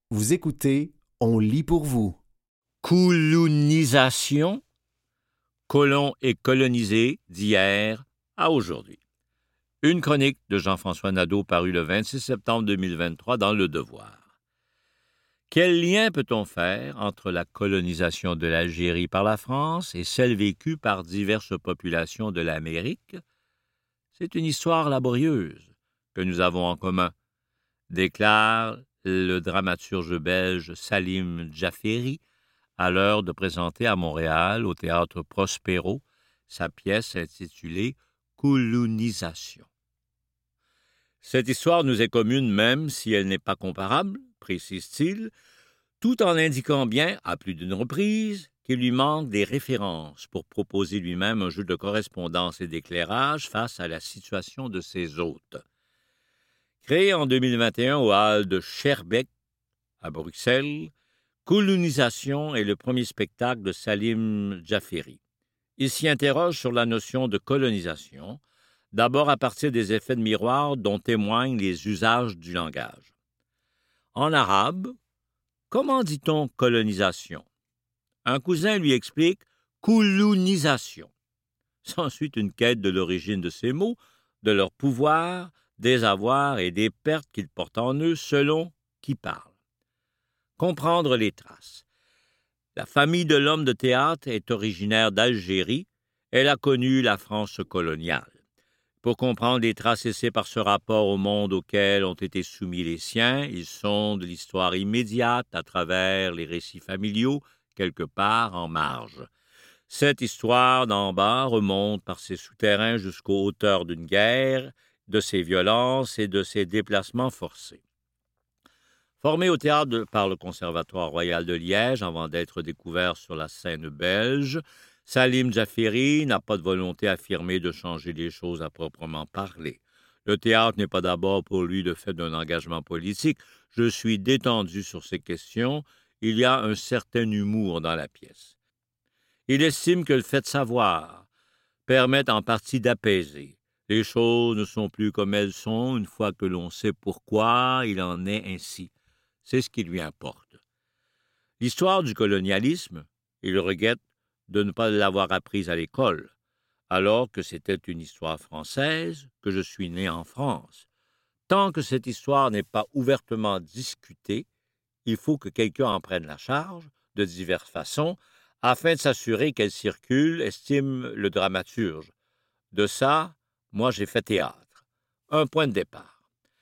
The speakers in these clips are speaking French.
Vous écoutez, on lit pour vous. Colonisation, colon et colonisé d'hier à aujourd'hui. Une chronique de Jean-François Nadeau parue le 26 septembre 2023 dans Le Devoir. Quel lien peut-on faire entre la colonisation de l'Algérie par la France et celle vécue par diverses populations de l'Amérique? C'est une histoire laborieuse que nous avons en commun, déclare le dramaturge belge Salim Djaferi à l'heure de présenter à Montréal, au Théâtre Prospero, sa pièce intitulée « Colonisation ». Cette histoire nous est commune même si elle n'est pas comparable, précise-t-il, tout en indiquant bien, à plus d'une reprise, qu'il lui manque des références pour proposer lui-même un jeu de correspondance et d'éclairage face à la situation de ses hôtes. Créé en 2021 au hall de Schaerbeek, à Bruxelles, Colonisation est le premier spectacle de Salim Djaferi. Il s'y interroge sur la notion de colonisation, d'abord à partir des effets de miroir dont témoignent les usages du langage. En arabe, comment dit-on colonisation? Un cousin lui explique colonisation. S'ensuit une quête de l'origine de ces mots, de leur pouvoir, des avoirs et des pertes qu'ils portent en eux selon qui parle. Comprendre les traces. La famille de l'homme de théâtre est originaire d'Algérie. Elle a connu la France coloniale. Pour comprendre les traces laissées par ce rapport au monde auquel ont été soumis les siens, ils sont de l'histoire immédiate à travers les récits familiaux, quelque part en marge. Cette histoire d'en bas remonte par ses souterrains jusqu'aux hauteurs d'une guerre, de ses violences et de ses déplacements forcés. Formé au théâtre par le Conservatoire royal de Liège avant d'être découvert sur la scène belge, Salim Djaferi n'a pas de volonté affirmée de changer les choses à proprement parler. Le théâtre n'est pas d'abord pour lui le fait d'un engagement politique. Je suis détendu sur ces questions. Il y a un certain humour dans la pièce. Il estime que le fait de savoir permet en partie d'apaiser. Les choses ne sont plus comme elles sont une fois que l'on sait pourquoi il en est ainsi. C'est ce qui lui importe. L'histoire du colonialisme, il regrette de ne pas l'avoir apprise à l'école, alors que c'était une histoire française, que je suis né en France. Tant que cette histoire n'est pas ouvertement discutée, il faut que quelqu'un en prenne la charge, de diverses façons, afin de s'assurer qu'elle circule, estime le dramaturge. De ça, moi j'ai fait théâtre. Un point de départ.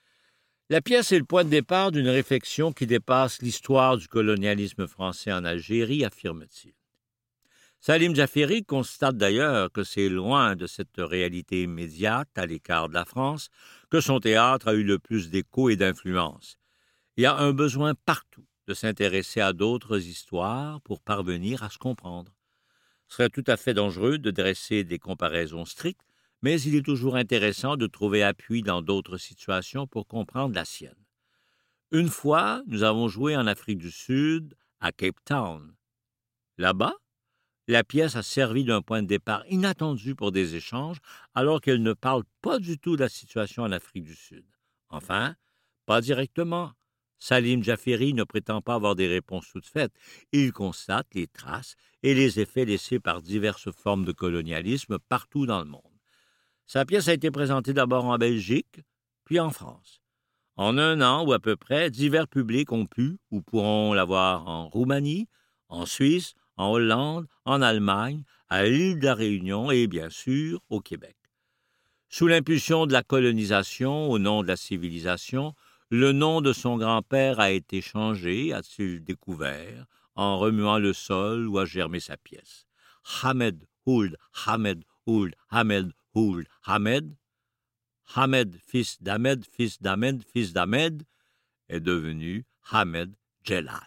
La pièce est le point de départ d'une réflexion qui dépasse l'histoire du colonialisme français en Algérie, affirme-t-il. Salim Djaferi constate d'ailleurs que c'est loin de cette réalité immédiate, à l'écart de la France, que son théâtre a eu le plus d'écho et d'influence. Il y a un besoin partout de s'intéresser à d'autres histoires pour parvenir à se comprendre. Ce serait tout à fait dangereux de dresser des comparaisons strictes, mais il est toujours intéressant de trouver appui dans d'autres situations pour comprendre la sienne. Une fois, nous avons joué en Afrique du Sud, à Cape Town. Là-bas, la pièce a servi d'un point de départ inattendu pour des échanges, alors qu'elle ne parle pas du tout de la situation en Afrique du Sud. Enfin, pas directement. Salim Djaferi ne prétend pas avoir des réponses toutes faites. Il constate les traces et les effets laissés par diverses formes de colonialisme partout dans le monde. Sa pièce a été présentée d'abord en Belgique, puis en France. En un an ou à peu près, divers publics ont pu ou pourront la voir en Roumanie, en Suisse, en Hollande, en Allemagne, à l'île de la Réunion et, bien sûr, au Québec. Sous l'impulsion de la colonisation, au nom de la civilisation, le nom de son grand-père a été changé, a-t-il découvert, en remuant le sol où a germé sa pièce. Hamed Ould, Hamed Ould, Hamed Ould, Hamed, Hamed, fils d'Ahmed, fils d'Ahmed, fils d'Ahmed, est devenu Hamed Djellal.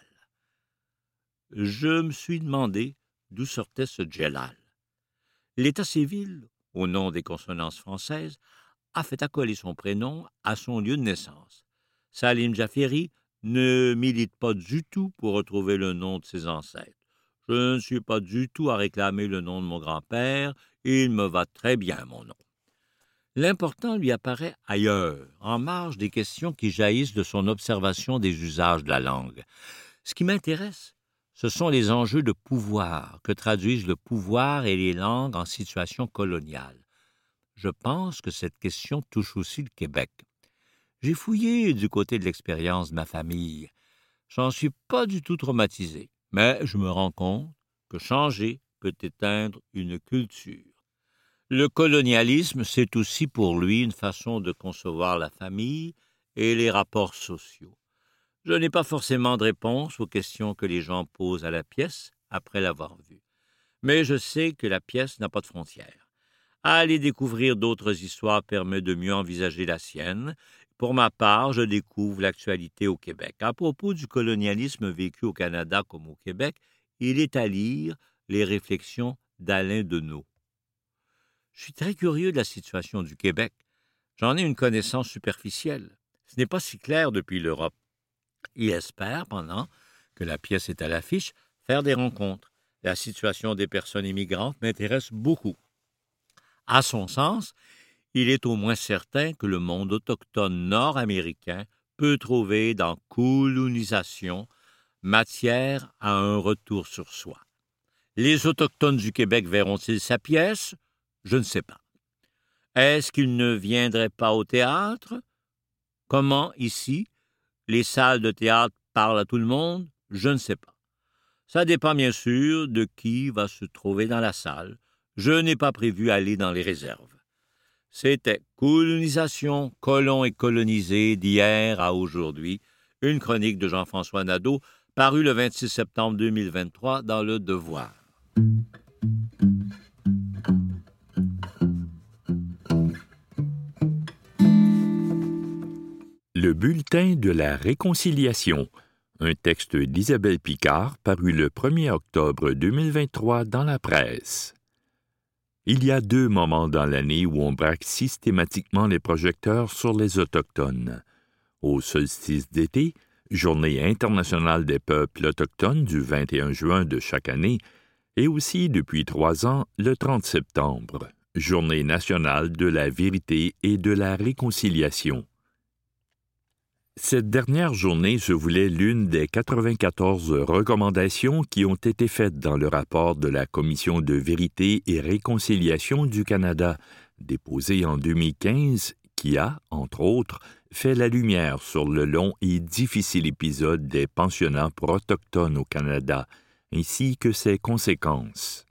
Je me suis demandé d'où sortait ce Djellal. L'état civil, au nom des consonances françaises, a fait accoler son prénom à son lieu de naissance. Salim Djaferi ne milite pas du tout pour retrouver le nom de ses ancêtres. Je ne suis pas du tout à réclamer le nom de mon grand-père, il me va très bien, mon nom. L'important lui apparaît ailleurs, en marge des questions qui jaillissent de son observation des usages de la langue. Ce qui m'intéresse, ce sont les enjeux de pouvoir que traduisent le pouvoir et les langues en situation coloniale. Je pense que cette question touche aussi le Québec. J'ai fouillé du côté de l'expérience de ma famille. J'en suis pas du tout traumatisé, mais je me rends compte que changer peut éteindre une culture. Le colonialisme, c'est aussi pour lui une façon de concevoir la famille et les rapports sociaux. Je n'ai pas forcément de réponse aux questions que les gens posent à la pièce après l'avoir vue. Mais je sais que la pièce n'a pas de frontières. Aller découvrir d'autres histoires permet de mieux envisager la sienne. Pour ma part, je découvre l'actualité au Québec. À propos du colonialisme vécu au Canada comme au Québec, il est à lire les réflexions d'Alain Deneau. Je suis très curieux de la situation du Québec. J'en ai une connaissance superficielle. Ce n'est pas si clair depuis l'Europe. Il espère, pendant que la pièce est à l'affiche, faire des rencontres. La situation des personnes immigrantes m'intéresse beaucoup. À son sens, il est au moins certain que le monde autochtone nord-américain peut trouver dans colonisation matière à un retour sur soi. Les Autochtones du Québec verront-ils sa pièce? Je ne sais pas. Est-ce qu'ils ne viendraient pas au théâtre? Comment, ici, les salles de théâtre parlent à tout le monde? Je ne sais pas. Ça dépend bien sûr de qui va se trouver dans la salle. Je n'ai pas prévu aller dans les réserves. C'était Colonisation, colons et colonisés d'hier à aujourd'hui, une chronique de Jean-François Nadeau, parue le 26 septembre 2023 dans Le Devoir. Le bulletin de la réconciliation, un texte d'Isabelle Picard paru le 1er octobre 2023 dans la presse. Il y a 2 moments dans l'année où on braque systématiquement les projecteurs sur les Autochtones. Au solstice d'été, Journée internationale des peuples autochtones du 21 juin de chaque année, et aussi depuis 3 ans, le 30 septembre, Journée nationale de la vérité et de la réconciliation. Cette dernière journée se voulait l'une des 94 recommandations qui ont été faites dans le rapport de la Commission de vérité et réconciliation du Canada, déposé en 2015, qui a, entre autres, fait la lumière sur le long et difficile épisode des pensionnats pour autochtones au Canada, ainsi que ses conséquences.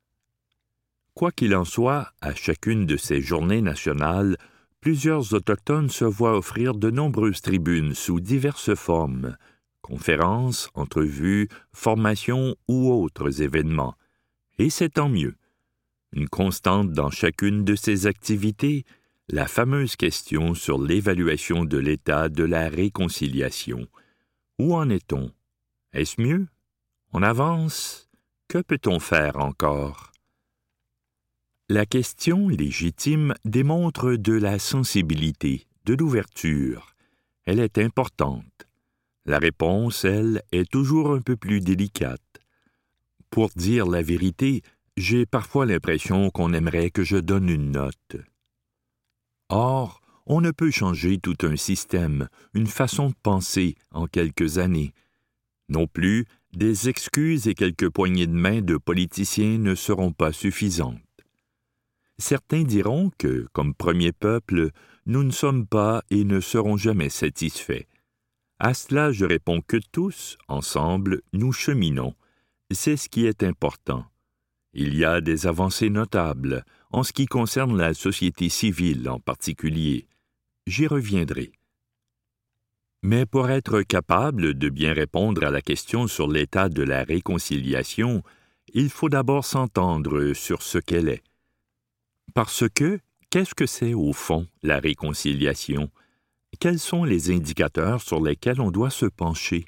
Quoi qu'il en soit, à chacune de ces journées nationales, plusieurs Autochtones se voient offrir de nombreuses tribunes sous diverses formes, conférences, entrevues, formations ou autres événements. Et c'est tant mieux. Une constante dans chacune de ces activités, la fameuse question sur l'évaluation de l'état de la réconciliation. Où en est-on? Est-ce mieux? On avance? Que peut-on faire encore? La question légitime démontre de la sensibilité, de l'ouverture. Elle est importante. La réponse, elle, est toujours un peu plus délicate. Pour dire la vérité, j'ai parfois l'impression qu'on aimerait que je donne une note. Or, on ne peut changer tout un système, une façon de penser en quelques années. Non plus, des excuses et quelques poignées de main de politiciens ne seront pas suffisantes. Certains diront que, comme premier peuple, nous ne sommes pas et ne serons jamais satisfaits. À cela, je réponds que tous, ensemble, nous cheminons. C'est ce qui est important. Il y a des avancées notables, en ce qui concerne la société civile en particulier. J'y reviendrai. Mais pour être capable de bien répondre à la question sur l'état de la réconciliation, il faut d'abord s'entendre sur ce qu'elle est. Parce que, qu'est-ce que c'est au fond, la réconciliation? Quels sont les indicateurs sur lesquels on doit se pencher?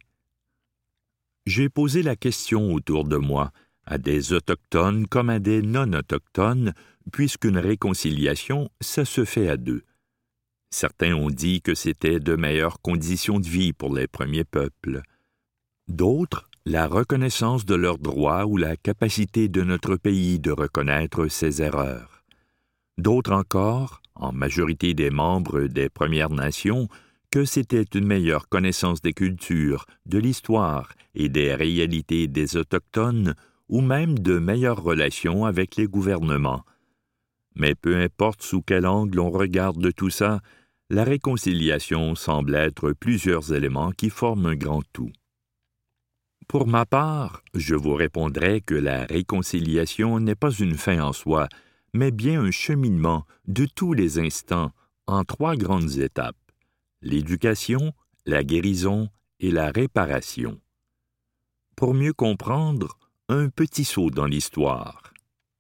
J'ai posé la question autour de moi, à des autochtones comme à des non-autochtones, puisqu'une réconciliation, ça se fait à 2. Certains ont dit que c'était de meilleures conditions de vie pour les premiers peuples. D'autres, la reconnaissance de leurs droits ou la capacité de notre pays de reconnaître ses erreurs. D'autres encore, en majorité des membres des Premières Nations, que c'était une meilleure connaissance des cultures, de l'histoire et des réalités des Autochtones, ou même de meilleures relations avec les gouvernements. Mais peu importe sous quel angle on regarde tout ça, la réconciliation semble être plusieurs éléments qui forment un grand tout. Pour ma part, je vous répondrai que la réconciliation n'est pas une fin en soi, mais bien un cheminement de tous les instants en 3 grandes étapes: l'éducation, la guérison et la réparation. Pour mieux comprendre, un petit saut dans l'histoire.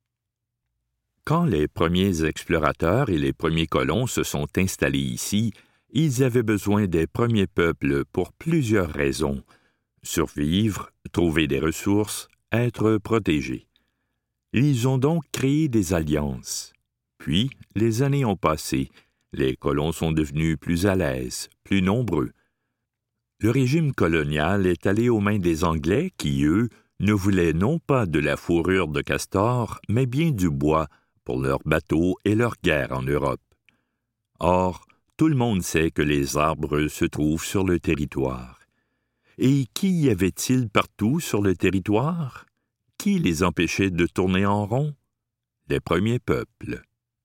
Quand les premiers explorateurs et les premiers colons se sont installés ici, ils avaient besoin des premiers peuples pour plusieurs raisons: survivre, trouver des ressources, être protégés. Ils ont donc créé des alliances. Puis, les années ont passé, les colons sont devenus plus à l'aise, plus nombreux. Le régime colonial est allé aux mains des Anglais qui, eux, ne voulaient non pas de la fourrure de castor, mais bien du bois pour leurs bateaux et leurs guerres en Europe. Or, tout le monde sait que les arbres se trouvent sur le territoire. Et qui y avait-il partout sur le territoire? Qui les empêchait de tourner en rond? Les premiers peuples.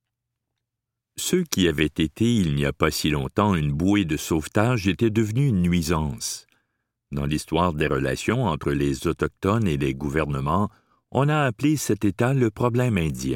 Ceux qui avaient été, il n'y a pas si longtemps, une bouée de sauvetage étaient devenus une nuisance. Dans l'histoire des relations entre les Autochtones et les gouvernements, on a appelé cet état le problème indien.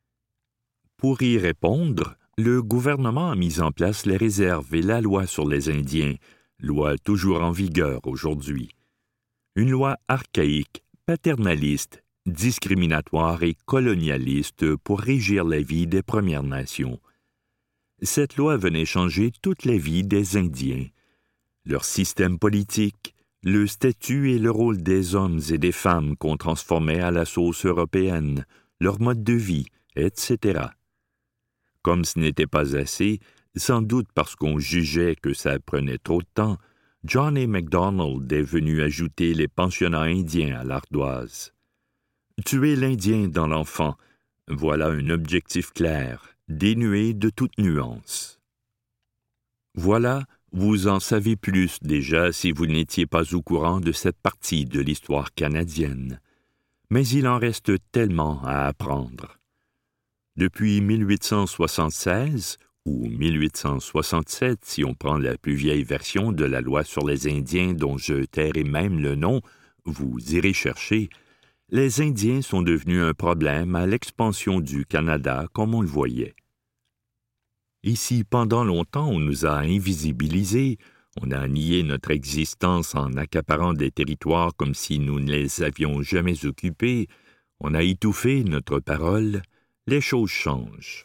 Pour y répondre, le gouvernement a mis en place les réserves et la loi sur les Indiens, loi toujours en vigueur aujourd'hui. Une loi archaïque, paternaliste, discriminatoire et colonialiste pour régir la vie des Premières Nations. Cette loi venait changer toute la vie des Indiens, leur système politique, le statut et le rôle des hommes et des femmes qu'on transformait à la sauce européenne, leur mode de vie, etc. Comme ce n'était pas assez, sans doute parce qu'on jugeait que ça prenait trop de temps, John A. Macdonald est venu ajouter les pensionnats indiens à l'ardoise. Tuer l'Indien dans l'enfant, voilà un objectif clair, dénué de toute nuance. Voilà, vous en savez plus déjà si vous n'étiez pas au courant de cette partie de l'histoire canadienne. Mais il en reste tellement à apprendre. Depuis 1876, ou 1867 si on prend la plus vieille version de la loi sur les Indiens dont je tairai même le nom, vous irez chercher, les Indiens sont devenus un problème à l'expansion du Canada comme on le voyait. Ici, pendant longtemps, on nous a invisibilisés, on a nié notre existence en accaparant des territoires comme si nous ne les avions jamais occupés, on a étouffé notre parole, les choses changent.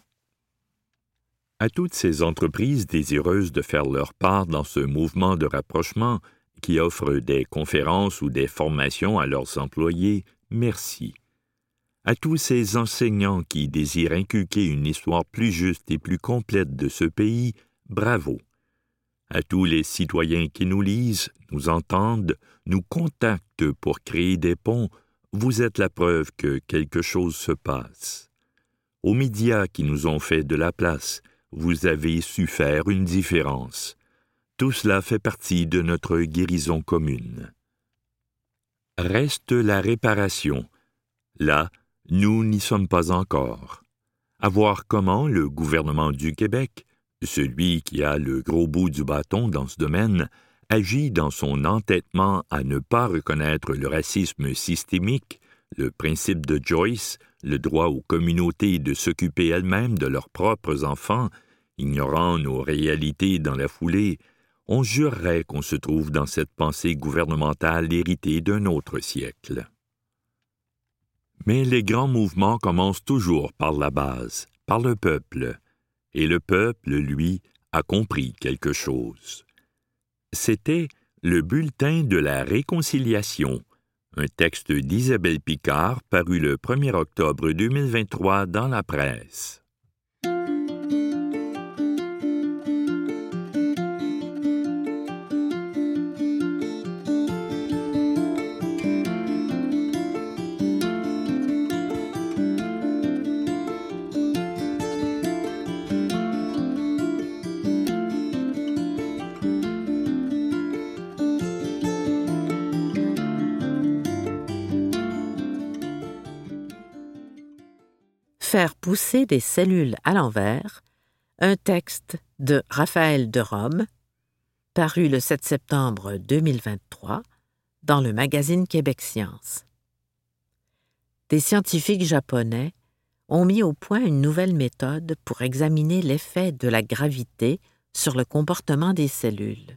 À toutes ces entreprises désireuses de faire leur part dans ce mouvement de rapprochement, qui offrent des conférences ou des formations à leurs employés, merci. À tous ces enseignants qui désirent inculquer une histoire plus juste et plus complète de ce pays, bravo. À tous les citoyens qui nous lisent, nous entendent, nous contactent pour créer des ponts, vous êtes la preuve que quelque chose se passe. Aux médias qui nous ont fait de la place, vous avez su faire une différence. Tout cela fait partie de notre guérison commune. Reste la réparation. Là, nous n'y sommes pas encore. À voir comment le gouvernement du Québec, celui qui a le gros bout du bâton dans ce domaine, agit dans son entêtement à ne pas reconnaître le racisme systémique, le principe de Joyce, le droit aux communautés de s'occuper elles-mêmes de leurs propres enfants, ignorant nos réalités dans la foulée, on jurerait qu'on se trouve dans cette pensée gouvernementale héritée d'un autre siècle. Mais les grands mouvements commencent toujours par la base, par le peuple, et le peuple, lui, a compris quelque chose. C'était le Bulletin de la réconciliation, un texte d'Isabelle Picard paru le 1er octobre 2023 dans la presse. Faire pousser des cellules à l'envers, un texte de Raphaël de Rome, paru le 7 septembre 2023 dans le magazine Québec Science. Des scientifiques japonais ont mis au point une nouvelle méthode pour examiner l'effet de la gravité sur le comportement des cellules.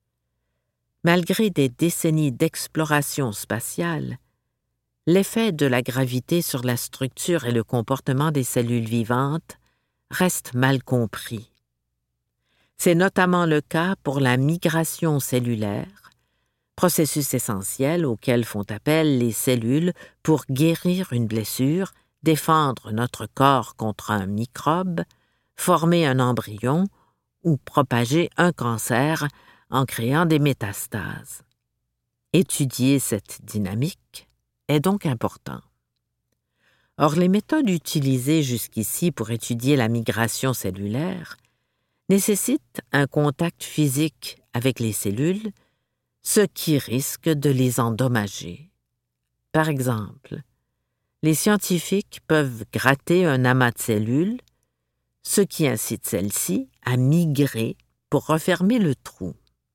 Malgré des décennies d'exploration spatiale, l'effet de la gravité sur la structure et le comportement des cellules vivantes reste mal compris. C'est notamment le cas pour la migration cellulaire, processus essentiel auquel font appel les cellules pour guérir une blessure, défendre notre corps contre un microbe, former un embryon ou propager un cancer en créant des métastases. Étudier cette dynamique est donc important. Or, les méthodes utilisées jusqu'ici pour étudier la migration cellulaire nécessitent un contact physique avec les cellules, ce qui risque de les endommager. Par exemple, les scientifiques peuvent gratter un amas de cellules, ce qui incite celles-ci à migrer pour refermer le trou.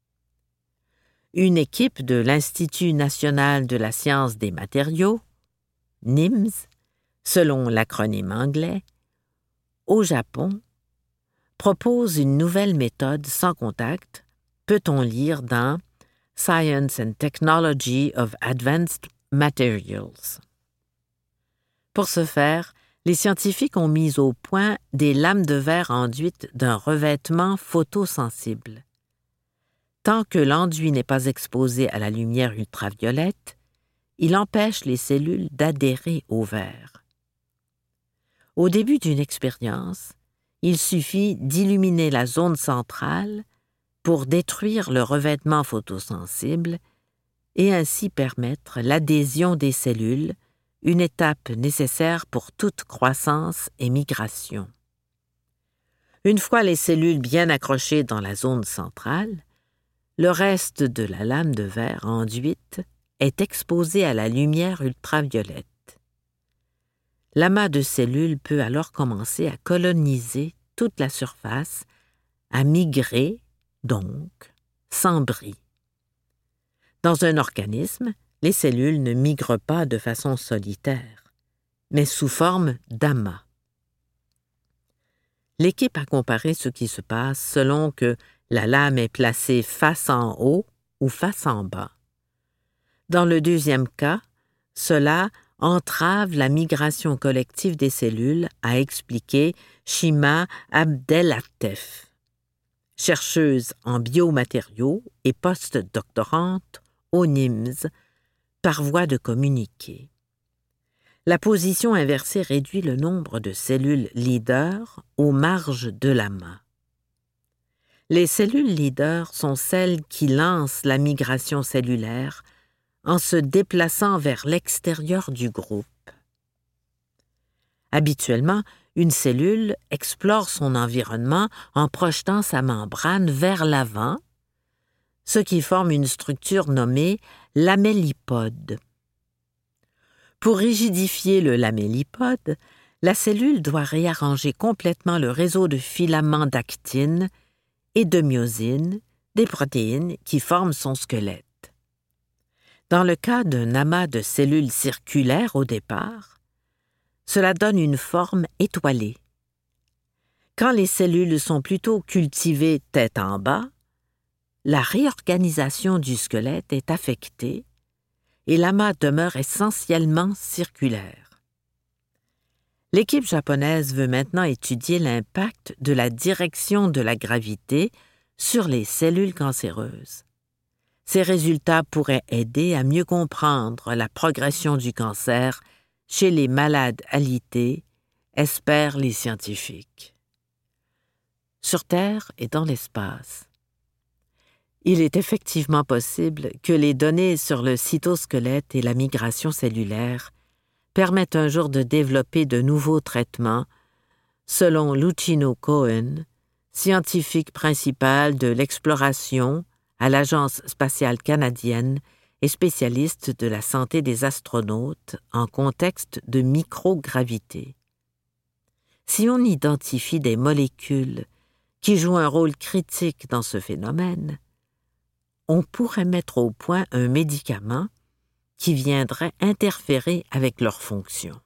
Une équipe de l'Institut national de la science des matériaux, NIMS, selon l'acronyme anglais, au Japon, propose une nouvelle méthode sans contact, peut-on lire dans Science and Technology of Advanced Materials. Pour ce faire, les scientifiques ont mis au point des lames de verre enduites d'un revêtement photosensible. Tant que l'enduit n'est pas exposé à la lumière ultraviolette, il empêche les cellules d'adhérer au verre. Au début d'une expérience, il suffit d'illuminer la zone centrale pour détruire le revêtement photosensible et ainsi permettre l'adhésion des cellules, une étape nécessaire pour toute croissance et migration. Une fois les cellules bien accrochées dans la zone centrale, le reste de la lame de verre enduite est exposé à la lumière ultraviolette. L'amas de cellules peut alors commencer à coloniser toute la surface, à migrer, donc, sans bris. Dans un organisme, les cellules ne migrent pas de façon solitaire, mais sous forme d'amas. L'équipe a comparé ce qui se passe selon que la lame est placée face en haut ou face en bas. Dans le deuxième cas, cela entrave la migration collective des cellules, a expliqué Shima Abdelattef, chercheuse en biomatériaux et post-doctorante au NIMS, par voie de communiqué. La position inversée réduit le nombre de cellules leaders aux marges de l'amas. Les cellules leaders sont celles qui lancent la migration cellulaire en se déplaçant vers l'extérieur du groupe. Habituellement, une cellule explore son environnement en projetant sa membrane vers l'avant, ce qui forme une structure nommée lamellipode. Pour rigidifier le lamellipode, la cellule doit réarranger complètement le réseau de filaments d'actine et de myosine, des protéines qui forment son squelette. Dans le cas d'un amas de cellules circulaires au départ, cela donne une forme étoilée. Quand les cellules sont plutôt cultivées tête en bas, la réorganisation du squelette est affectée et l'amas demeure essentiellement circulaire. L'équipe japonaise veut maintenant étudier l'impact de la direction de la gravité sur les cellules cancéreuses. Ces résultats pourraient aider à mieux comprendre la progression du cancer chez les malades alités, espèrent les scientifiques. Sur Terre et dans l'espace, il est effectivement possible que les données sur le cytosquelette et la migration cellulaire permettent un jour de développer de nouveaux traitements, selon Luchino Cohen, scientifique principal de l'exploration à l'Agence spatiale canadienne et spécialiste de la santé des astronautes en contexte de microgravité. si on identifie des molécules qui jouent un rôle critique dans ce phénomène, on pourrait mettre au point un médicament qui viendrait interférer avec leur fonction.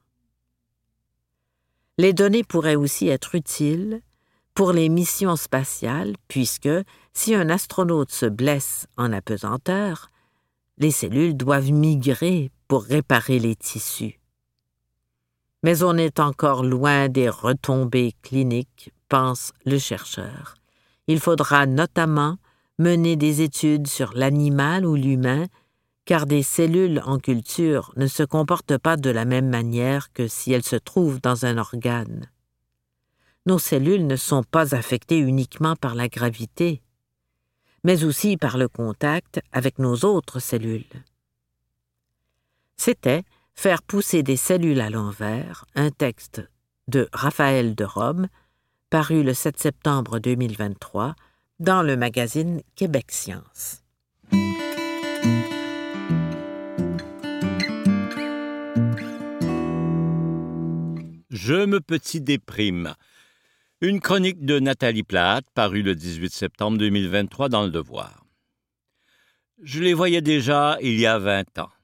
Les données pourraient aussi être utiles pour les missions spatiales, puisque si un astronaute se blesse en apesanteur, les cellules doivent migrer pour réparer les tissus. Mais on est encore loin des retombées cliniques, pense le chercheur. Il faudra notamment mener des études sur l'animal ou l'humain, car des cellules en culture ne se comportent pas de la même manière que si elles se trouvent dans un organe. Nos cellules ne sont pas affectées uniquement par la gravité, mais aussi par le contact avec nos autres cellules. C'était « Faire pousser des cellules à l'envers », un texte de Raphaël de Rome, paru le 7 septembre 2023 dans le magazine Québec Science. Je me petit déprime. Une chronique de Nathalie Plate, parue le 18 septembre 2023 dans Le Devoir. Je les voyais déjà il y a 20 ans.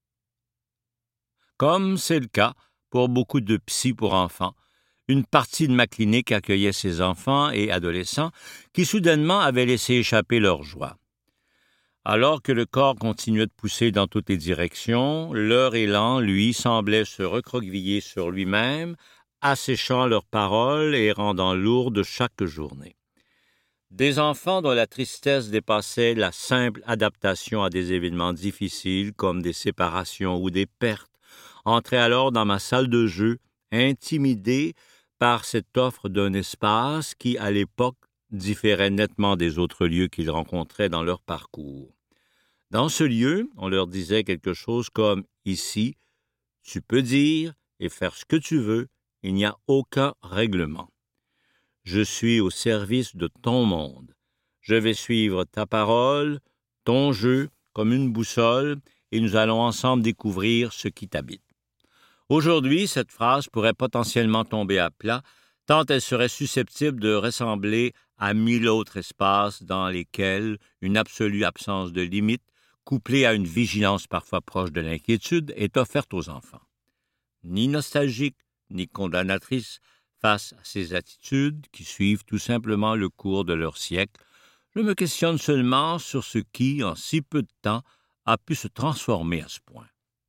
Comme c'est le cas pour beaucoup de psys pour enfants, une partie de ma clinique accueillait ces enfants et adolescents qui soudainement avaient laissé échapper leur joie. Alors que le corps continuait de pousser dans toutes les directions, leur élan, lui, semblait se recroqueviller sur lui-même, asséchant leurs paroles et rendant lourde chaque journée. Des enfants dont la tristesse dépassait la simple adaptation à des événements difficiles comme des séparations ou des pertes entraient alors dans ma salle de jeu, intimidés par cette offre d'un espace qui, à l'époque, différait nettement des autres lieux qu'ils rencontraient dans leur parcours. Dans ce lieu, on leur disait quelque chose comme « Ici, tu peux dire et faire ce que tu veux, il n'y a aucun règlement. Je suis au service de ton monde. Je vais suivre ta parole, ton jeu, comme une boussole, et nous allons ensemble découvrir ce qui t'habite. » Aujourd'hui, cette phrase pourrait potentiellement tomber à plat, tant elle serait susceptible de ressembler à 1000 autres espaces dans lesquels une absolue absence de limite, couplée à une vigilance parfois proche de l'inquiétude, est offerte aux enfants. Ni nostalgique, ni condamnatrice face à ces attitudes qui suivent tout simplement le cours de leur siècle, je me questionne seulement sur ce qui, en si peu de temps, a pu se transformer à ce point.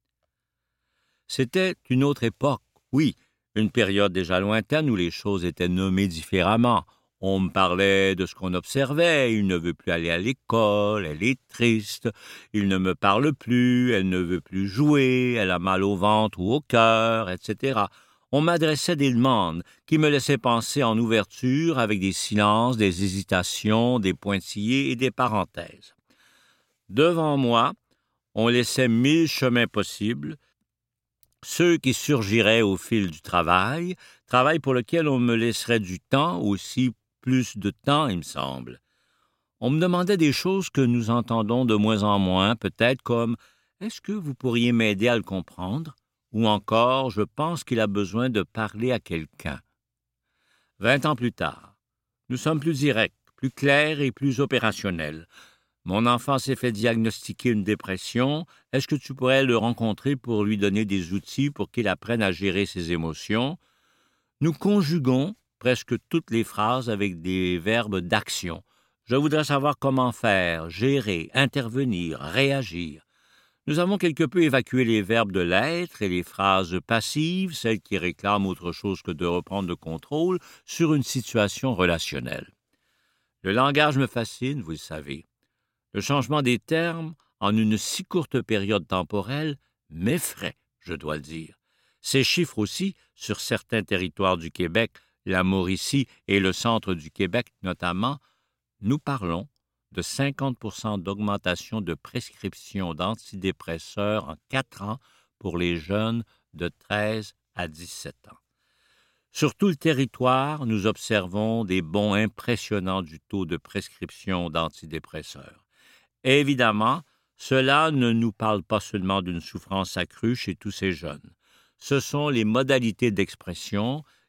C'était une autre époque, oui, une période déjà lointaine où les choses étaient nommées différemment. On me parlait de ce qu'on observait, il ne veut plus aller à l'école, elle est triste, il ne me parle plus, elle ne veut plus jouer, elle a mal au ventre ou au cœur, etc. On m'adressait des demandes qui me laissaient penser en ouverture avec des silences, des hésitations, des pointillés et des parenthèses. Devant moi, on laissait 1000 chemins possibles, ceux qui surgiraient au fil du travail pour lequel on me laisserait du temps, aussi plus de temps, il me semble. On me demandait des choses que nous entendons de moins en moins, peut-être comme « Est-ce que vous pourriez m'aider à le comprendre ?» ou encore « Je pense qu'il a besoin de parler à quelqu'un. » 20 ans plus tard, nous sommes plus directs, plus clairs et plus opérationnels. Mon enfant s'est fait diagnostiquer une dépression. Est-ce que tu pourrais le rencontrer pour lui donner des outils pour qu'il apprenne à gérer ses émotions? Nous conjuguons presque toutes les phrases avec des verbes d'action. Je voudrais savoir comment faire, gérer, intervenir, réagir. Nous avons quelque peu évacué les verbes de l'être et les phrases passives, celles qui réclament autre chose que de reprendre le contrôle sur une situation relationnelle. Le langage me fascine, vous le savez. Le changement des termes en une si courte période temporelle m'effraie, je dois le dire. Ces chiffres aussi, sur certains territoires du Québec, la Mauricie et le centre du Québec notamment, nous parlons de 50% d'augmentation de prescription d'antidépresseurs en 4 ans pour les jeunes de 13 à 17 ans. Sur tout le territoire, nous observons des bonds impressionnants du taux de prescription d'antidépresseurs. Évidemment, cela ne nous parle pas seulement d'une souffrance accrue chez tous ces jeunes. Ce sont les modalités d'expression,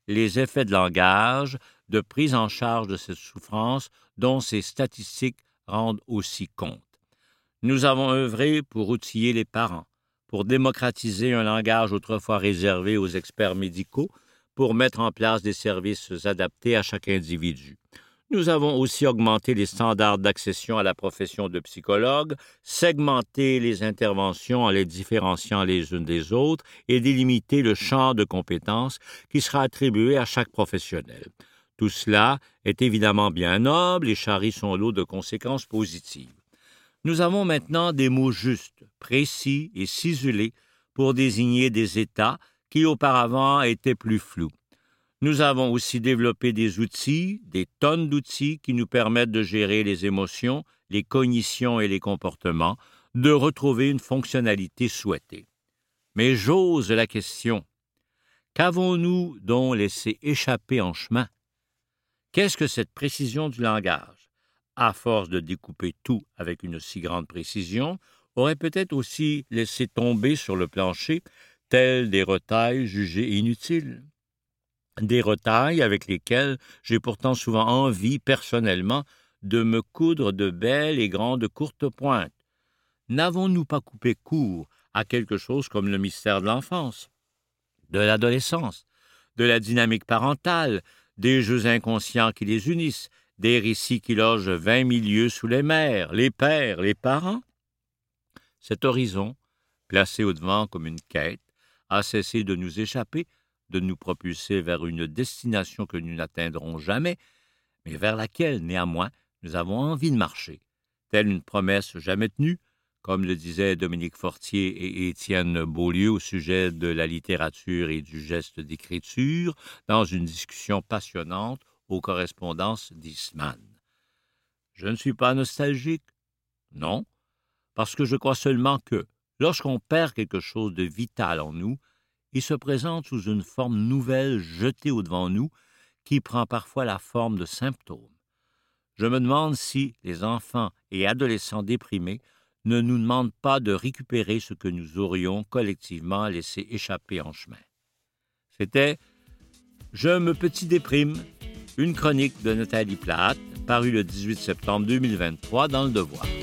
les effets de langage, de prise en charge de cette souffrance dont ces statistiques rendent aussi compte. Nous avons œuvré pour outiller les parents, pour démocratiser un langage autrefois réservé aux experts médicaux, pour mettre en place des services adaptés à chaque individu. Nous avons aussi augmenté les standards d'accession à la profession de psychologue, segmenté les interventions en les différenciant les unes des autres et délimité le champ de compétences qui sera attribué à chaque professionnel. Tout cela est évidemment bien noble et charrie son lot de conséquences positives. Nous avons maintenant des mots justes, précis et ciselés pour désigner des états qui auparavant étaient plus flous. Nous avons aussi développé des outils, des tonnes d'outils qui nous permettent de gérer les émotions, les cognitions et les comportements, de retrouver une fonctionnalité souhaitée. Mais j'ose la question, qu'avons-nous donc laissé échapper en chemin? Qu'est-ce que cette précision du langage, à force de découper tout avec une si grande précision, aurait peut-être aussi laissé tomber sur le plancher, tels des retailles jugées inutiles? Des retailles avec lesquelles j'ai pourtant souvent envie, personnellement, de me coudre de belles et grandes courtes pointes. N'avons-nous pas coupé court à quelque chose comme le mystère de l'enfance, de l'adolescence, de la dynamique parentale, des jeux inconscients qui les unissent, des récits qui logent 20 000 lieues sous les mers, les pères, les parents? Cet horizon, placé au-devant comme une quête, a cessé de nous échapper, de nous propulser vers une destination que nous n'atteindrons jamais, mais vers laquelle, néanmoins, nous avons envie de marcher, telle une promesse jamais tenue, comme le disaient Dominique Fortier et Étienne Beaulieu au sujet de la littérature et du geste d'écriture, dans une discussion passionnante aux correspondances d'Eastman. Je ne suis pas nostalgique, non, parce que je crois seulement que, lorsqu'on perd quelque chose de vital en nous, il se présente sous une forme nouvelle jetée au-devant nous, qui prend parfois la forme de symptômes. Je me demande si les enfants et adolescents déprimés ne nous demandent pas de récupérer ce que nous aurions collectivement laissé échapper en chemin. C'était « Je me petit déprime », une chronique de Nathalie Plate, parue le 18 septembre 2023 dans Le Devoir.